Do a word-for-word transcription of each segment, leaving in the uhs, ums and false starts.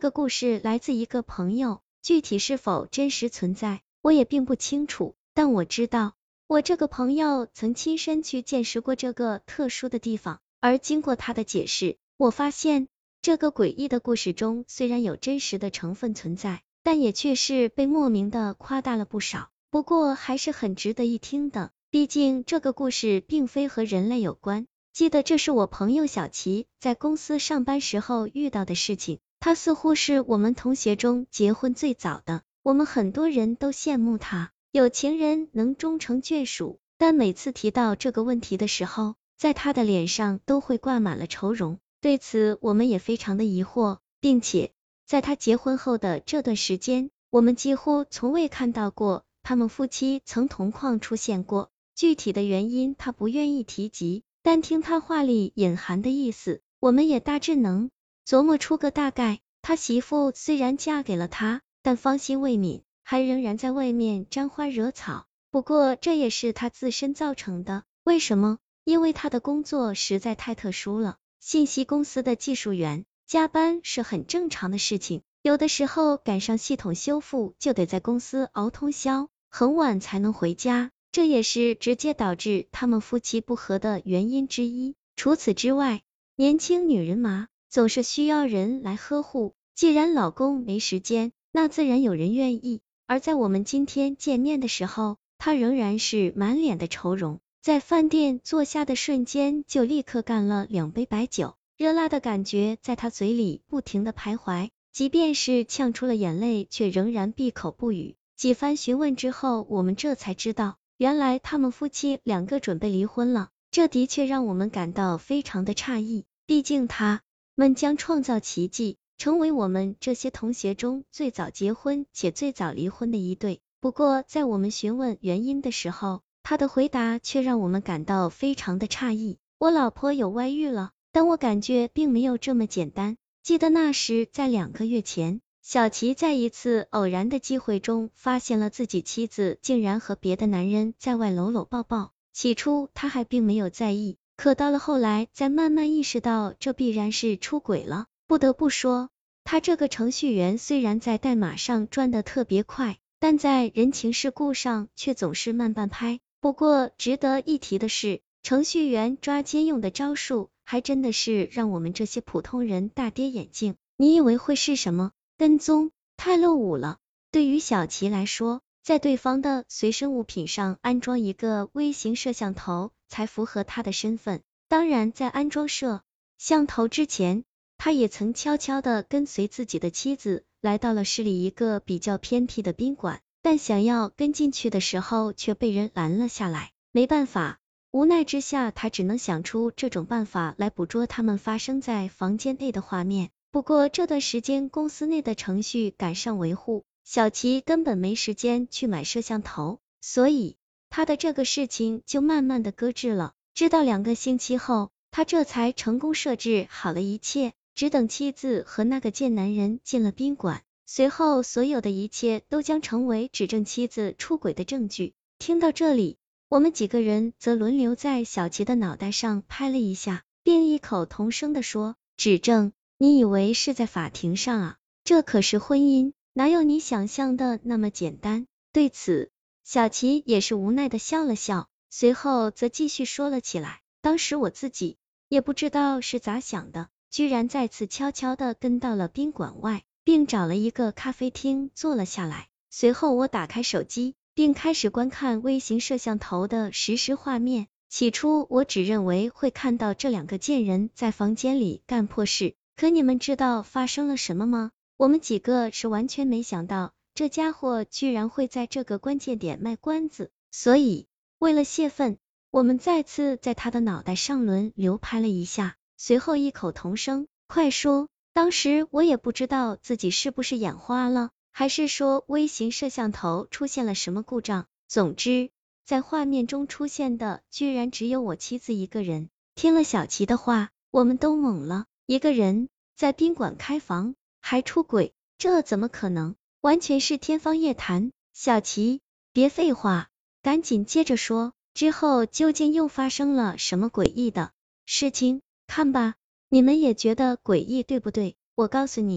个故事来自一个朋友，具体是否真实存在，我也并不清楚，但我知道，我这个朋友曾亲身去见识过这个特殊的地方，而经过他的解释，我发现这个诡异的故事中虽然有真实的成分存在，但也确实被莫名的夸大了不少，不过还是很值得一听的，毕竟这个故事并非和人类有关。记得这是我朋友小琪在公司上班时候遇到的事情，他似乎是我们同学中结婚最早的，我们很多人都羡慕他，有情人能终成眷属，但每次提到这个问题的时候，在他的脸上都会挂满了愁容，对此我们也非常的疑惑，并且在他结婚后的这段时间，我们几乎从未看到过他们夫妻曾同框出现过，具体的原因他不愿意提及，但听他话里隐含的意思，我们也大致能琢磨出个大概。他媳妇虽然嫁给了他，但芳心未泯，还仍然在外面沾花惹草，不过这也是他自身造成的。为什么？因为他的工作实在太特殊了，信息公司的技术员加班是很正常的事情，有的时候赶上系统修复就得在公司熬通宵，很晚才能回家，这也是直接导致他们夫妻不和的原因之一。除此之外，年轻女人嘛，总是需要人来呵护，既然老公没时间，那自然有人愿意。而在我们今天见面的时候，他仍然是满脸的愁容，在饭店坐下的瞬间就立刻干了两杯白酒，热辣的感觉在他嘴里不停的徘徊，即便是呛出了眼泪，却仍然闭口不语。几番询问之后，我们这才知道，原来他们夫妻两个准备离婚了，这的确让我们感到非常的诧异，毕竟他们将创造奇迹，成为我们这些同学中最早结婚且最早离婚的一对。不过在我们询问原因的时候，他的回答却让我们感到非常的诧异。我老婆有外遇了，但我感觉并没有这么简单。记得那时在两个月前，小琪在一次偶然的机会中发现了自己妻子竟然和别的男人在外搂搂抱抱，起初他还并没有在意，可到了后来才慢慢意识到这必然是出轨了。不得不说，他这个程序员虽然在代码上转得特别快，但在人情世故上却总是慢半拍。不过值得一提的是，程序员抓奸用的招数还真的是让我们这些普通人大跌眼镜。你以为会是什么？跟踪？太落伍了。对于小琪来说，在对方的随身物品上安装一个微型摄像头才符合他的身份。当然在安装摄像头之前，他也曾悄悄的跟随自己的妻子来到了市里一个比较偏僻的宾馆，但想要跟进去的时候却被人拦了下来。没办法，无奈之下他只能想出这种办法来捕捉他们发生在房间内的画面。不过这段时间公司内的程序赶上维护，小琪根本没时间去买摄像头，所以他的这个事情就慢慢的搁置了。直到两个星期后，他这才成功设置好了一切，只等妻子和那个贱男人进了宾馆，随后所有的一切都将成为指证妻子出轨的证据。听到这里，我们几个人则轮流在小琪的脑袋上拍了一下，并异口同声地说，指证？你以为是在法庭上啊？这可是婚姻，哪有你想象的那么简单？对此，小琪也是无奈的笑了笑，随后则继续说了起来。当时我自己也不知道是咋想的，居然再次悄悄的跟到了宾馆外，并找了一个咖啡厅坐了下来。随后我打开手机，并开始观看微型摄像头的实时画面。起初我只认为会看到这两个贱人在房间里干破事，可你们知道发生了什么吗？我们几个是完全没想到，这家伙居然会在这个关键点卖关子，所以为了泄愤，我们再次在他的脑袋上轮流拍了一下，随后异口同声，快说。当时我也不知道自己是不是眼花了，还是说微型摄像头出现了什么故障。总之，在画面中出现的居然只有我妻子一个人。听了小琪的话，我们都懵了，一个人在宾馆开房还出轨，这怎么可能？完全是天方夜谭。小琪，别废话，赶紧接着说，之后究竟又发生了什么诡异的事情？看吧，你们也觉得诡异对不对？我告诉你，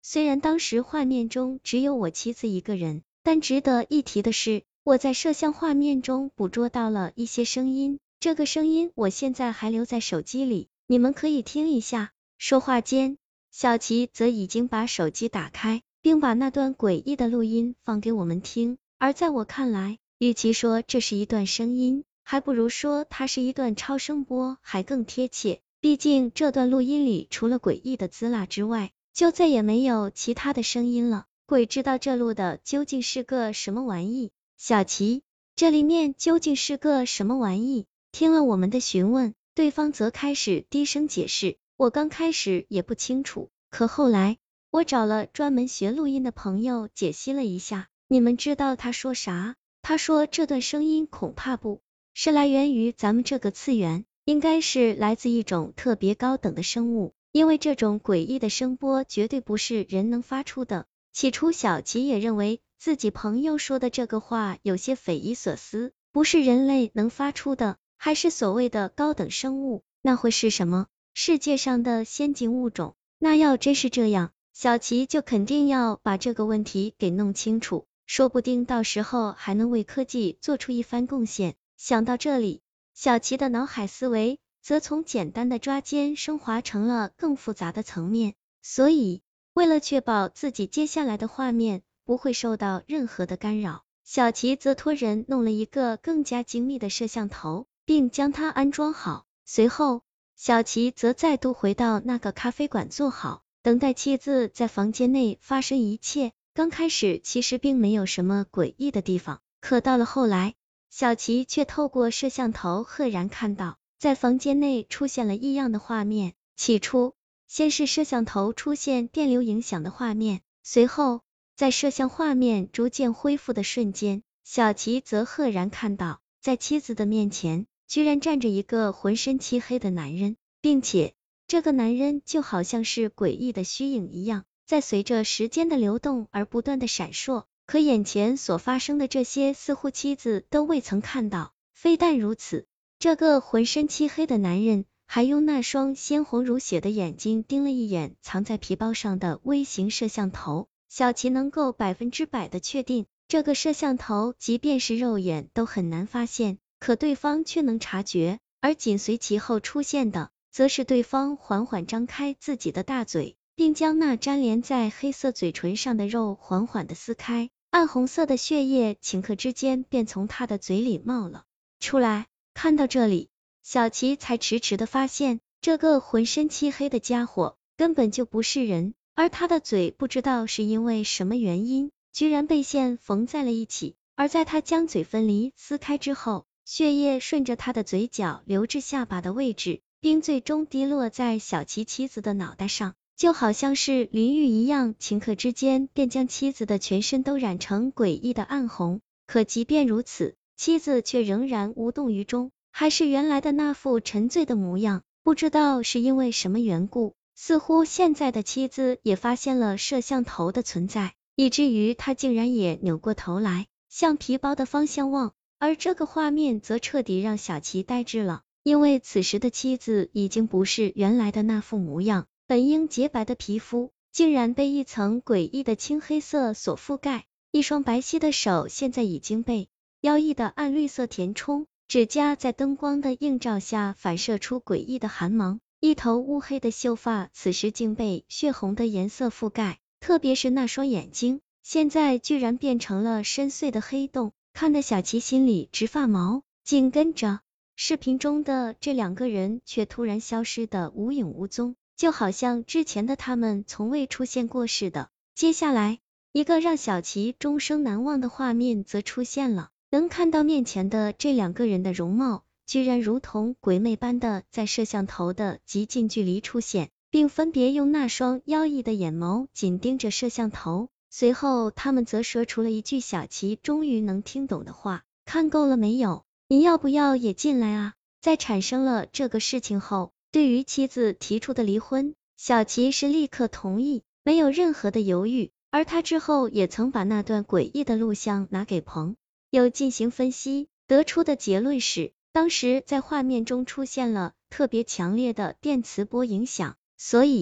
虽然当时画面中只有我妻子一个人，但值得一提的是，我在摄像画面中捕捉到了一些声音，这个声音我现在还留在手机里，你们可以听一下。说话间，小琪则已经把手机打开，并把那段诡异的录音放给我们听。而在我看来，与其说这是一段声音，还不如说它是一段超声波还更贴切。毕竟这段录音里除了诡异的滋啦之外，就再也没有其他的声音了。鬼知道这录的究竟是个什么玩意？小琪，这里面究竟是个什么玩意？听了我们的询问，对方则开始低声解释。我刚开始也不清楚，可后来我找了专门学录音的朋友解析了一下，你们知道他说啥？他说这段声音恐怕不是来源于咱们这个次元，应该是来自一种特别高等的生物，因为这种诡异的声波绝对不是人能发出的。起初小琪也认为自己朋友说的这个话有些匪夷所思，不是人类能发出的，还是所谓的高等生物，那会是什么？世界上的先进物种？那要真是这样，小琪就肯定要把这个问题给弄清楚，说不定到时候还能为科技做出一番贡献。想到这里，小琪的脑海思维则从简单的抓奸升华成了更复杂的层面，所以为了确保自己接下来的画面不会受到任何的干扰，小琪则托人弄了一个更加精密的摄像头，并将它安装好。随后，小琪则再度回到那个咖啡馆坐好，等待妻子在房间内发生一切。刚开始其实并没有什么诡异的地方，可到了后来，小琪却透过摄像头赫然看到，在房间内出现了异样的画面。起初，先是摄像头出现电流影响的画面，随后，在摄像画面逐渐恢复的瞬间，小琪则赫然看到，在妻子的面前，居然站着一个浑身漆黑的男人，并且这个男人就好像是诡异的虚影一样，在随着时间的流动而不断的闪烁。可眼前所发生的这些似乎妻子都未曾看到。非但如此，这个浑身漆黑的男人还用那双鲜红如血的眼睛盯了一眼藏在皮包上的微型摄像头。小琪能够百分之百的确定，这个摄像头即便是肉眼都很难发现，可对方却能察觉。而紧随其后出现的，则是对方缓缓张开自己的大嘴，并将那粘连在黑色嘴唇上的肉缓缓的撕开，暗红色的血液顷刻之间便从他的嘴里冒了出来。看到这里，小琪才迟迟的发现，这个浑身漆黑的家伙根本就不是人，而他的嘴不知道是因为什么原因，居然被线缝在了一起。而在他将嘴分离撕开之后，血液顺着他的嘴角流至下巴的位置，并最终滴落在小琪妻子的脑袋上，就好像是淋浴一样，顷刻之间便将妻子的全身都染成诡异的暗红。可即便如此，妻子却仍然无动于衷，还是原来的那副沉醉的模样。不知道是因为什么缘故，似乎现在的妻子也发现了摄像头的存在，以至于他竟然也扭过头来向皮包的方向望。而这个画面则彻底让小琪呆滞了，因为此时的妻子已经不是原来的那副模样，本应洁白的皮肤竟然被一层诡异的青黑色所覆盖，一双白皙的手现在已经被妖异的暗绿色填充，指甲在灯光的映照下反射出诡异的寒芒，一头乌黑的秀发此时竟被血红的颜色覆盖，特别是那双眼睛，现在居然变成了深邃的黑洞，看得小琪心里直发毛。紧跟着，视频中的这两个人却突然消失的无影无踪，就好像之前的他们从未出现过似的。接下来，一个让小琪终生难忘的画面则出现了，能看到面前的这两个人的容貌，居然如同鬼魅般的在摄像头的极近距离出现，并分别用那双妖异的眼眸紧盯着摄像头。随后他们则说出了一句小琪终于能听懂的话：看够了没有？你要不要也进来啊？在产生了这个事情后，对于妻子提出的离婚，小琪是立刻同意，没有任何的犹豫。而他之后也曾把那段诡异的录像拿给朋友进行分析，得出的结论是，当时在画面中出现了特别强烈的电磁波影响，所以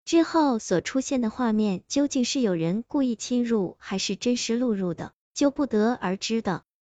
之后所出现的画面究竟是有人故意侵入，还是真实录入的，就不得而知的。